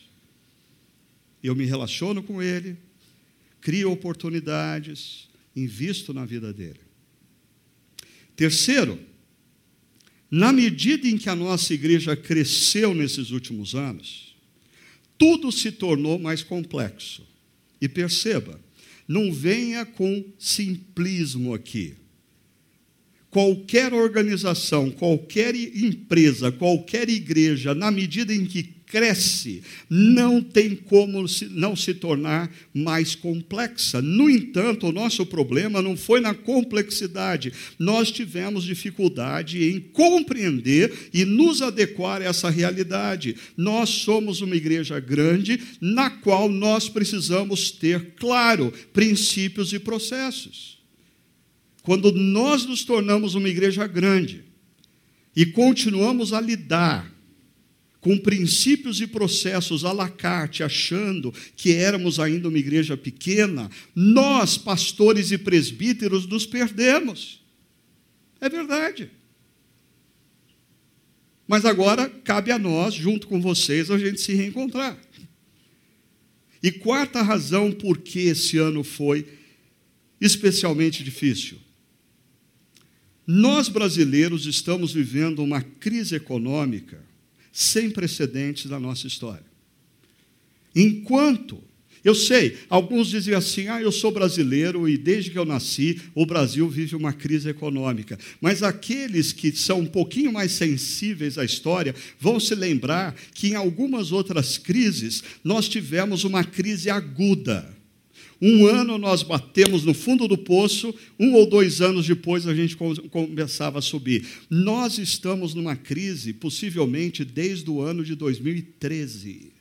eu me relaciono com ele, crio oportunidades, invisto na vida dele. Terceiro, na medida em que a nossa igreja cresceu nesses últimos anos, tudo se tornou mais complexo. E perceba, não venha com simplismo aqui. Qualquer organização, qualquer empresa, qualquer igreja, na medida em que cresce, não tem como não se tornar mais complexa. No entanto, o nosso problema não foi na complexidade. Nós tivemos dificuldade em compreender e nos adequar a essa realidade. Nós somos uma igreja grande, na qual nós precisamos ter, claro, princípios e processos. Quando nós nos tornamos uma igreja grande e continuamos a lidar com princípios e processos à la carte, achando que éramos ainda uma igreja pequena, nós, pastores e presbíteros, nos perdemos. É verdade. Mas agora cabe a nós, junto com vocês, a gente se reencontrar. E quarta razão por que esse ano foi especialmente difícil. Nós, brasileiros, estamos vivendo uma crise econômica sem precedentes na nossa história. Enquanto, eu sei, alguns dizem assim, ah, eu sou brasileiro e desde que eu nasci, o Brasil vive uma crise econômica. Mas aqueles que são um pouquinho mais sensíveis à história vão se lembrar que em algumas outras crises nós tivemos uma crise aguda. Um ano nós batemos no fundo do poço, um ou dois anos depois a gente começava a subir. Nós estamos numa crise, possivelmente, desde o ano de dois mil e treze.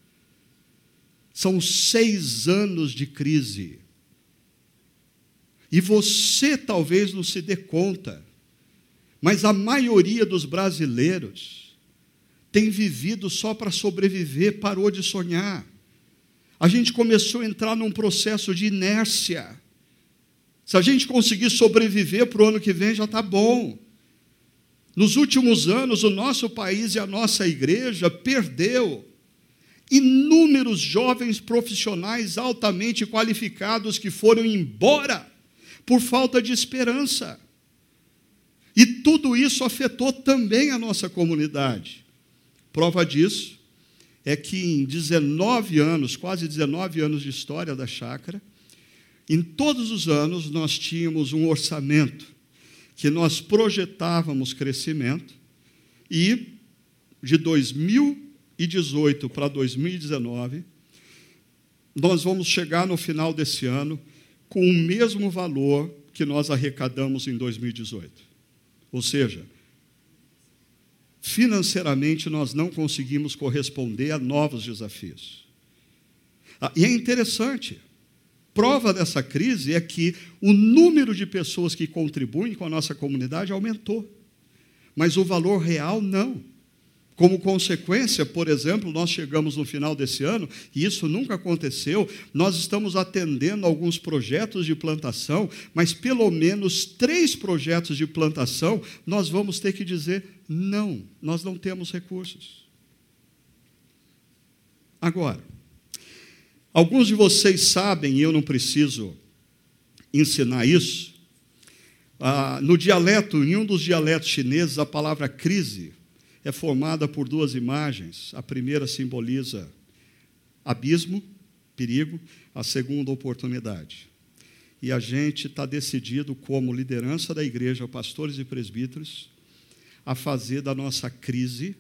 São seis anos de crise. E você talvez não se dê conta, mas a maioria dos brasileiros tem vivido só para sobreviver, parou de sonhar. A gente começou a entrar num processo de inércia. Se a gente conseguir sobreviver para o ano que vem, já está bom. Nos últimos anos, o nosso país e a nossa igreja perdeu inúmeros jovens profissionais altamente qualificados que foram embora por falta de esperança. E tudo isso afetou também a nossa comunidade. Prova disso é que em dezenove anos, quase dezenove anos de história da chácara, em todos os anos nós tínhamos um orçamento que nós projetávamos crescimento e de dois mil e dezoito para dois mil e dezenove, nós vamos chegar no final desse ano com o mesmo valor que nós arrecadamos em dois mil e dezoito. Ou seja, financeiramente nós não conseguimos corresponder a novos desafios. Ah, e é interessante, prova dessa crise é que o número de pessoas que contribuem com a nossa comunidade aumentou, mas o valor real não. Como consequência, por exemplo, nós chegamos no final desse ano, e isso nunca aconteceu, nós estamos atendendo alguns projetos de plantação, mas pelo menos três projetos de plantação, nós vamos ter que dizer, não, nós não temos recursos. Agora, alguns de vocês sabem, e eu não preciso ensinar isso, ah, no dialeto, em um dos dialetos chineses, a palavra crise é formada por duas imagens. A primeira simboliza abismo, perigo, a segunda, oportunidade. E a gente está decidido, como liderança da igreja, pastores e presbíteros, a fazer da nossa crise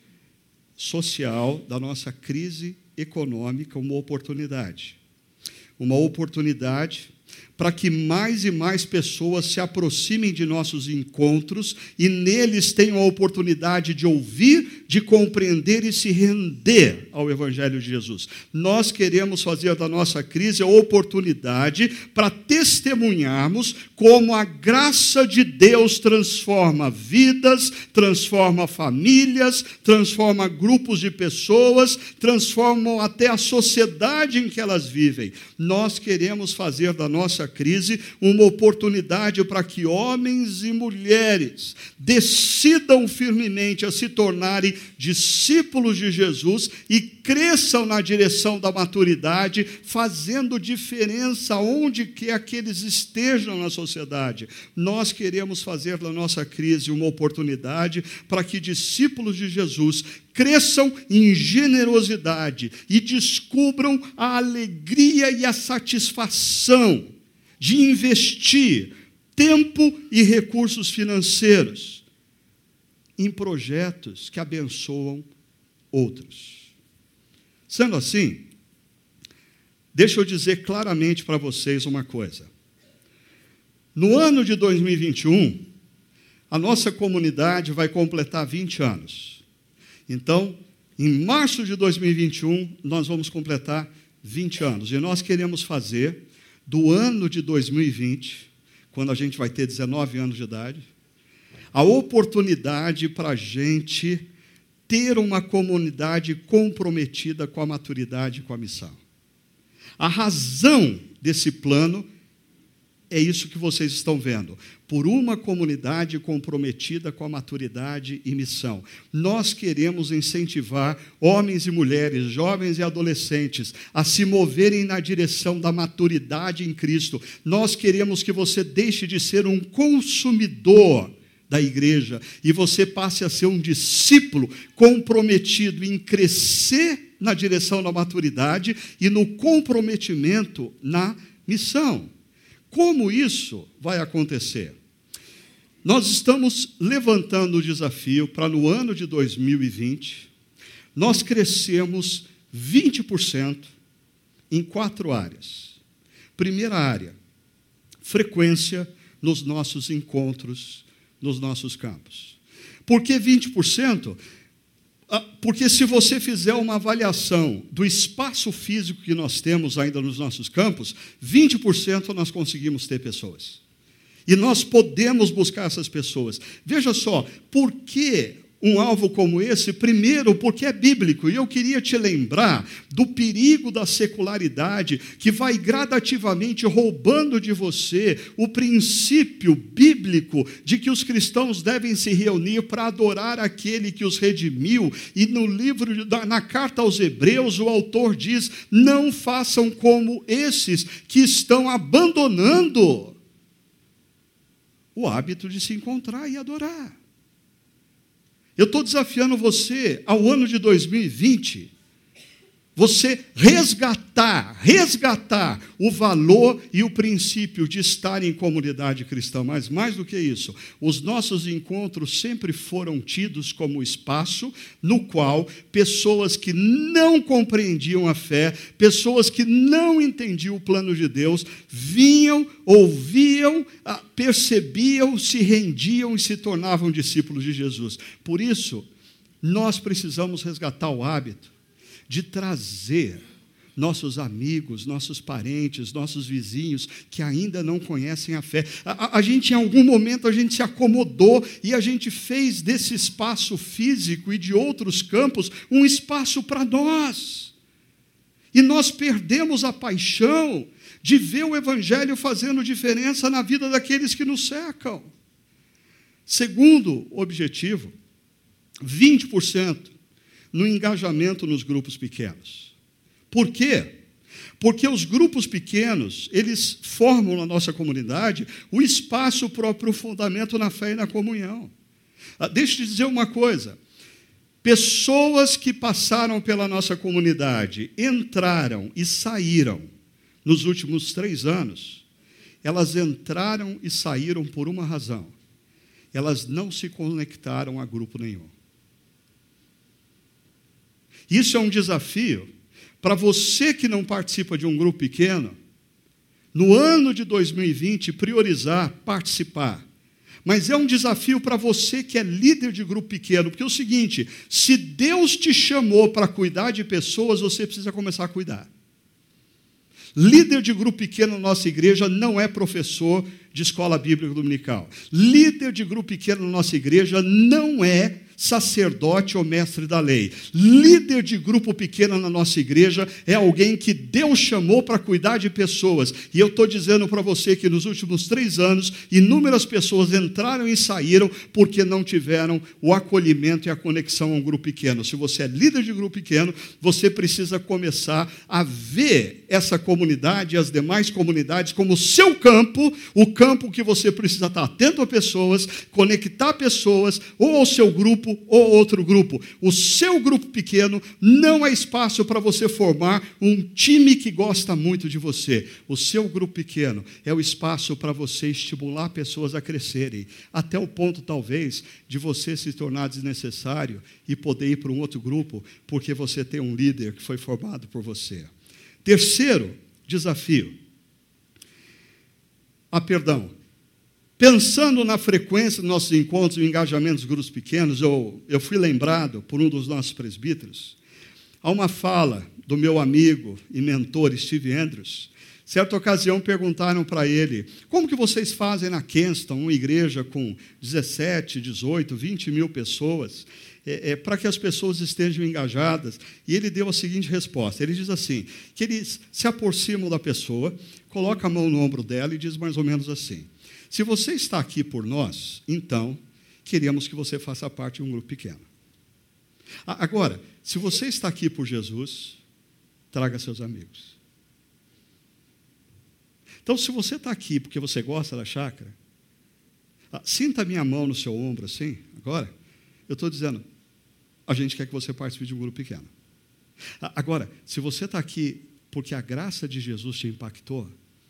social, da nossa crise econômica, uma oportunidade. Uma oportunidade para que mais e mais pessoas se aproximem de nossos encontros e neles tenham a oportunidade de ouvir, de compreender e se render ao Evangelho de Jesus. Nós queremos fazer da nossa crise a oportunidade para testemunharmos como a graça de Deus transforma vidas, transforma famílias, transforma grupos de pessoas, transforma até a sociedade em que elas vivem. Nós queremos fazer da nossa crise uma oportunidade para que homens e mulheres decidam firmemente a se tornarem discípulos de Jesus e cresçam na direção da maturidade, fazendo diferença onde quer que eles estejam na sociedade. Nós queremos fazer da nossa crise uma oportunidade para que discípulos de Jesus cresçam em generosidade e descubram a alegria e a satisfação de investir tempo e recursos financeiros em projetos que abençoam outros. Sendo assim, deixa eu dizer claramente para vocês uma coisa. No ano de dois mil e vinte e um, a nossa comunidade vai completar vinte anos. Então, em março de dois mil e vinte e um, nós vamos completar vinte anos. E nós queremos fazer do ano de dois mil e vinte, quando a gente vai ter dezenove anos de idade, a oportunidade para a gente ter uma comunidade comprometida com a maturidade e com a missão. A razão desse plano é isso que vocês estão vendo. Por uma comunidade comprometida com a maturidade e missão. Nós queremos incentivar homens e mulheres, jovens e adolescentes, a se moverem na direção da maturidade em Cristo. Nós queremos que você deixe de ser um consumidor da igreja e você passe a ser um discípulo comprometido em crescer na direção da maturidade e no comprometimento na missão. Como isso vai acontecer? Nós estamos levantando o desafio para, no ano de dois mil e vinte, nós crescemos vinte por cento em quatro áreas. Primeira área, frequência nos nossos encontros, nos nossos campos. Por que vinte por cento? Porque se você fizer uma avaliação do espaço físico que nós temos ainda nos nossos campos, vinte por cento nós conseguimos ter pessoas. E nós podemos buscar essas pessoas. Veja só, por que um alvo como esse? Primeiro, porque é bíblico, e eu queria te lembrar do perigo da secularidade que vai gradativamente roubando de você o princípio bíblico de que os cristãos devem se reunir para adorar aquele que os redimiu. E no livro, na carta aos Hebreus, o autor diz: não façam como esses que estão abandonando o hábito de se encontrar e adorar. Eu estou desafiando você, ao ano de dois mil e vinte, você resgatar, resgatar o valor e o princípio de estar em comunidade cristã. Mas mais do que isso, os nossos encontros sempre foram tidos como espaço no qual pessoas que não compreendiam a fé, pessoas que não entendiam o plano de Deus, vinham, ouviam, percebiam, se rendiam e se tornavam discípulos de Jesus. Por isso, nós precisamos resgatar o hábito de trazer nossos amigos, nossos parentes, nossos vizinhos que ainda não conhecem a fé. A, a, a gente, em algum momento, a gente se acomodou e a gente fez desse espaço físico e de outros campos um espaço para nós. E nós perdemos a paixão de ver o Evangelho fazendo diferença na vida daqueles que nos cercam. Segundo objetivo, vinte por cento no engajamento nos grupos pequenos. Por quê? Porque os grupos pequenos, eles formam na nossa comunidade o espaço para o aprofundamento na fé e na comunhão. Ah, deixa eu te dizer uma coisa. Pessoas que passaram pela nossa comunidade, entraram e saíram nos últimos três anos, elas entraram e saíram por uma razão. Elas não se conectaram a grupo nenhum. Isso é um desafio para você que não participa de um grupo pequeno, no ano de dois mil e vinte, priorizar participar. Mas é um desafio para você que é líder de grupo pequeno, porque é o seguinte: se Deus te chamou para cuidar de pessoas, você precisa começar a cuidar. Líder de grupo pequeno na nossa igreja não é professor de escola bíblica dominical. Líder de grupo pequeno na nossa igreja não é sacerdote ou mestre da lei. Líder de grupo pequeno na nossa igreja é alguém que Deus chamou para cuidar de pessoas. E eu estou dizendo para você que nos últimos três anos, inúmeras pessoas entraram e saíram porque não tiveram o acolhimento e a conexão a um grupo pequeno. Se você é líder de grupo pequeno, você precisa começar a ver essa comunidade e as demais comunidades como o seu campo, o campo que você precisa estar atento a pessoas, conectar pessoas, ou ao seu grupo, ou outro grupo. O seu grupo pequeno não é espaço para você formar um time que gosta muito de você. O seu grupo pequeno é o espaço para você estimular pessoas a crescerem, até o ponto, talvez, de você se tornar desnecessário e poder ir para um outro grupo, porque você tem um líder que foi formado por você. Terceiro desafio. Ah, perdão. Pensando na frequência dos nossos encontros e o engajamento dos grupos pequenos, eu, eu fui lembrado por um dos nossos presbíteros, há uma fala do meu amigo e mentor Steve Andrews. Certa ocasião perguntaram para ele: como que vocês fazem na Kenston, uma igreja com dezessete, dezoito, vinte mil pessoas, é, é, para que as pessoas estejam engajadas? E ele deu a seguinte resposta, ele diz assim, que eles se aproximam da pessoa, coloca a mão no ombro dela e diz mais ou menos assim: se você está aqui por nós, então queremos que você faça parte de um grupo pequeno. Agora, se você está aqui por Jesus, traga seus amigos. Então, se você está aqui porque você gosta da chácara, sinta a minha mão no seu ombro assim, agora, eu estou dizendo, a gente quer que você participe de um grupo pequeno. Agora, se você está aqui porque a graça de Jesus te impactou,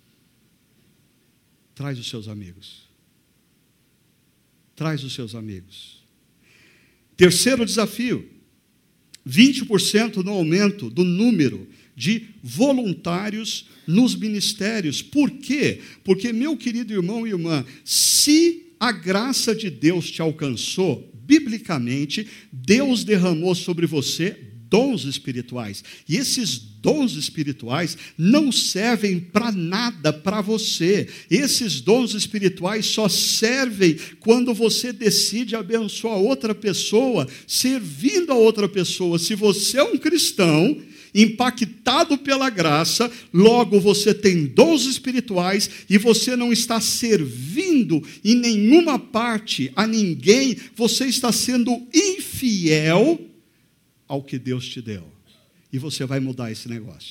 traz os seus amigos. Traz os seus amigos. Terceiro desafio, vinte por cento no aumento do número de voluntários nos ministérios. Por quê? Porque, meu querido irmão e irmã, se a graça de Deus te alcançou, biblicamente, Deus derramou sobre você dons espirituais. E esses dons espirituais não servem para nada para você. Esses dons espirituais só servem quando você decide abençoar outra pessoa, servindo a outra pessoa. Se você é um cristão impactado pela graça, logo você tem dons espirituais e você não está servindo em nenhuma parte a ninguém, você está sendo infiel ao que Deus te deu. E você vai mudar esse negócio.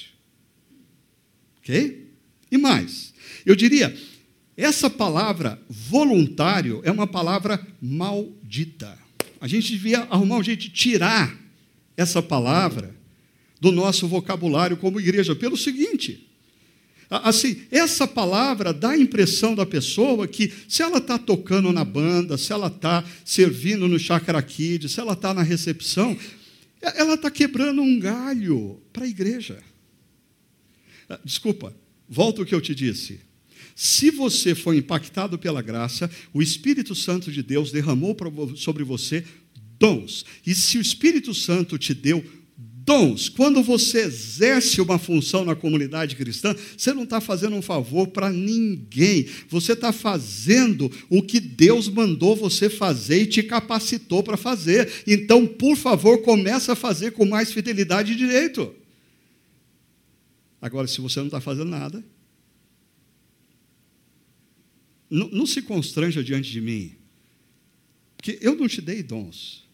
Ok? E mais, eu diria, essa palavra voluntário é uma palavra maldita. A gente devia arrumar um jeito de tirar essa palavra do nosso vocabulário como igreja, pelo seguinte, assim, essa palavra dá a impressão da pessoa que se ela está tocando na banda, se ela está servindo no Chácara Kids, se ela está na recepção, ela está quebrando um galho para a igreja. Desculpa, volta o que eu te disse. Se você foi impactado pela graça, o Espírito Santo de Deus derramou sobre você dons. E se o Espírito Santo te deu dons, quando você exerce uma função na comunidade cristã, você não está fazendo um favor para ninguém. Você está fazendo o que Deus mandou você fazer e te capacitou para fazer. Então, por favor, comece a fazer com mais fidelidade e direito. Agora, se você não está fazendo nada, não, não se constranja diante de mim, porque eu não te dei dons.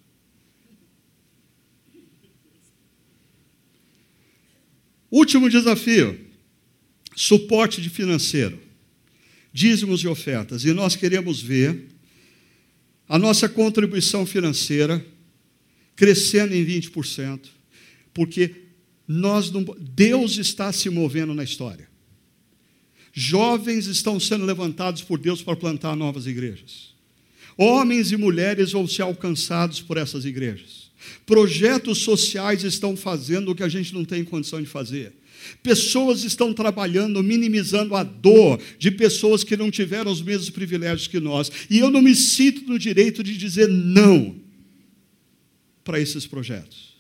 Último desafio, suporte de financeiro, dízimos e ofertas. E nós queremos ver a nossa contribuição financeira crescendo em vinte por cento, porque nós não, Deus está se movendo na história. Jovens estão sendo levantados por Deus para plantar novas igrejas. Homens e mulheres vão ser alcançados por essas igrejas. Projetos sociais estão fazendo o que a gente não tem condição de fazer. Pessoas estão trabalhando, minimizando a dor de pessoas que não tiveram os mesmos privilégios que nós. E eu não me sinto no direito de dizer não para esses projetos.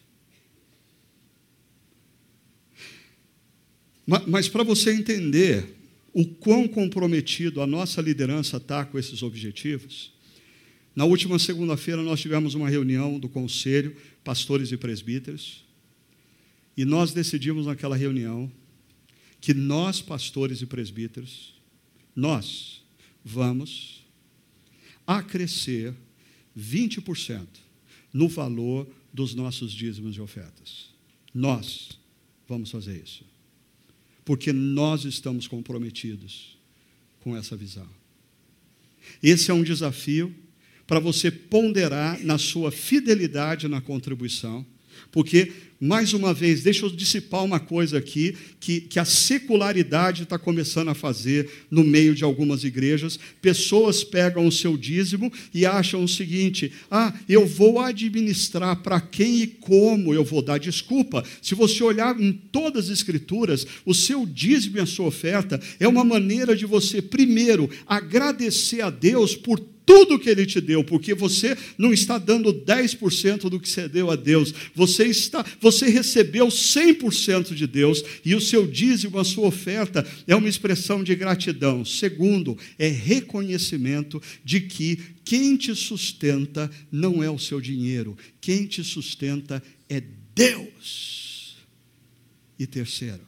Mas, mas para você entender o quão comprometido a nossa liderança está com esses objetivos, na última segunda-feira, nós tivemos uma reunião do Conselho, pastores e presbíteros, e nós decidimos naquela reunião que nós, pastores e presbíteros, nós vamos acrescer vinte por cento no valor dos nossos dízimos e ofertas. Nós vamos fazer isso, porque nós estamos comprometidos com essa visão. Esse é um desafio para você ponderar na sua fidelidade na contribuição, porque, mais uma vez, deixa eu dissipar uma coisa aqui, que, que a secularidade está começando a fazer no meio de algumas igrejas. Pessoas pegam o seu dízimo e acham o seguinte: ah, eu vou administrar para quem e como eu vou dar. Desculpa, se você olhar em todas as escrituras, o seu dízimo e a sua oferta é uma maneira de você, primeiro, agradecer a Deus por tudo que Ele te deu, porque você não está dando dez por cento do que você deu a Deus, você, está, você recebeu cem por cento de Deus, e o seu dízimo, a sua oferta, é uma expressão de gratidão. Segundo, é reconhecimento de que quem te sustenta não é o seu dinheiro, quem te sustenta é Deus. E terceiro,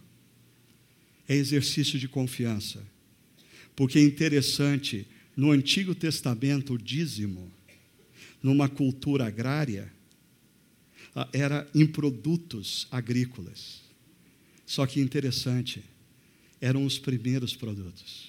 é exercício de confiança, porque é interessante. No Antigo Testamento, o dízimo, numa cultura agrária, era em produtos agrícolas. Só que interessante, eram os primeiros produtos.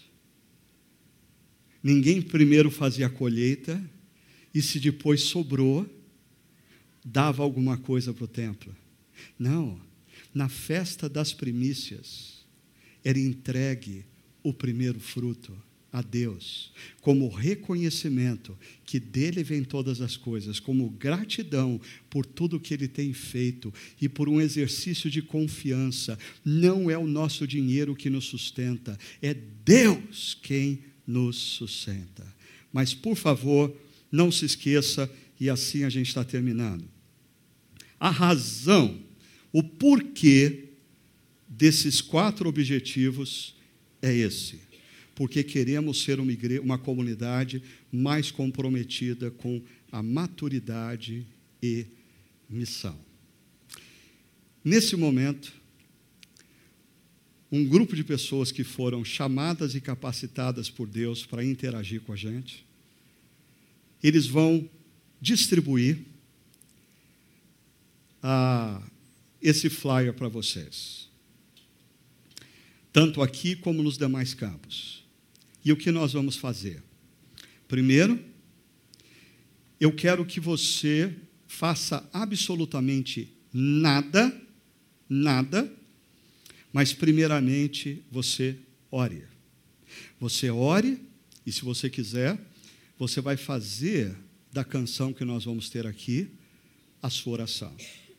Ninguém primeiro fazia a colheita e, se depois sobrou, dava alguma coisa para o templo. Não, na festa das primícias, era entregue o primeiro fruto a Deus, como reconhecimento que dele vem todas as coisas, como gratidão por tudo que ele tem feito e por um exercício de confiança. Não é o nosso dinheiro que nos sustenta, é Deus quem nos sustenta. Mas, por favor, não se esqueça, e assim a gente está terminando. A razão O porquê desses quatro objetivos é esse. Porque queremos ser uma, igreja, uma comunidade mais comprometida com a maturidade e missão. Nesse momento, um grupo de pessoas que foram chamadas e capacitadas por Deus para interagir com a gente, eles vão distribuir ah, esse flyer para vocês, tanto aqui como nos demais campos. E o que nós vamos fazer? Primeiro, eu quero que você faça absolutamente nada, nada, mas primeiramente você ore. Você ore, e se você quiser, você vai fazer da canção que nós vamos ter aqui a sua oração.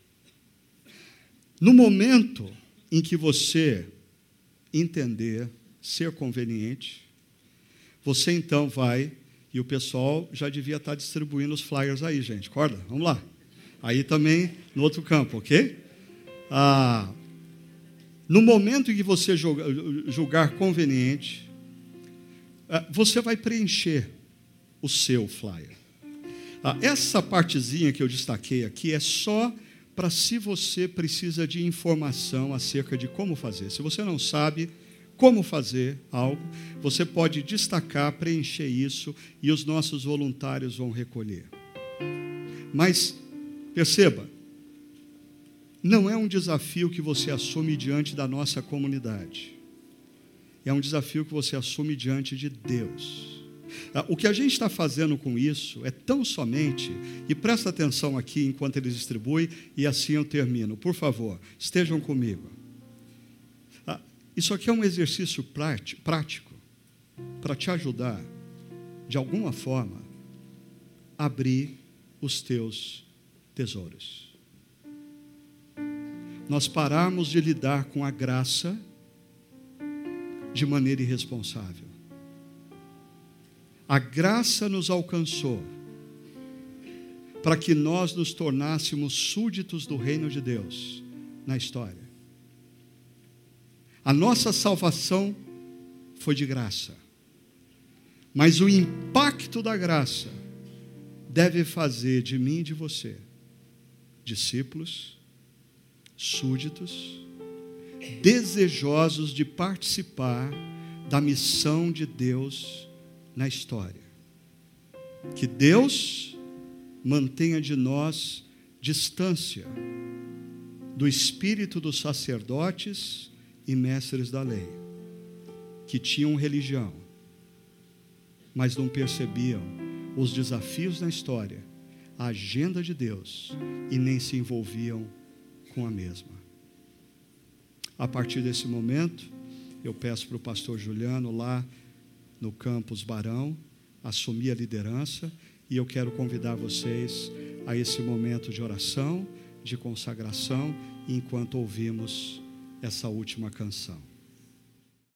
No momento em que você entender, ser conveniente, você então vai, e o pessoal já devia estar distribuindo os flyers aí, gente, acorda? Vamos lá. Aí também no outro campo, ok? Ah, no momento em que você julgar, julgar conveniente, você vai preencher o seu flyer. Ah, essa partezinha que eu destaquei aqui é só para se você precisa de informação acerca de como fazer. Se você não sabe como fazer algo, você pode destacar, preencher isso e os nossos voluntários vão recolher. Mas, perceba, não é um desafio que você assume diante da nossa comunidade. É um desafio que você assume diante de Deus. O que a gente está fazendo com isso é tão somente, e presta atenção aqui enquanto eles distribuem, e assim eu termino. Por favor, estejam comigo. Isso aqui é um exercício prático para te ajudar, de alguma forma, a abrir os teus tesouros. Nós pararmos de lidar com a graça de maneira irresponsável. A graça nos alcançou para que nós nos tornássemos súditos do reino de Deus na história. A nossa salvação foi de graça, mas o impacto da graça deve fazer de mim e de você discípulos, súditos, desejosos de participar da missão de Deus na história. Que Deus mantenha de nós distância do espírito dos sacerdotes e mestres da lei, que tinham religião, mas não percebiam os desafios na história, a agenda de Deus, e nem se envolviam com a mesma. A partir desse momento, eu peço para o pastor Juliano, lá no campus Barão, assumir a liderança, e eu quero convidar vocês a esse momento de oração, de consagração, enquanto ouvimos essa última canção.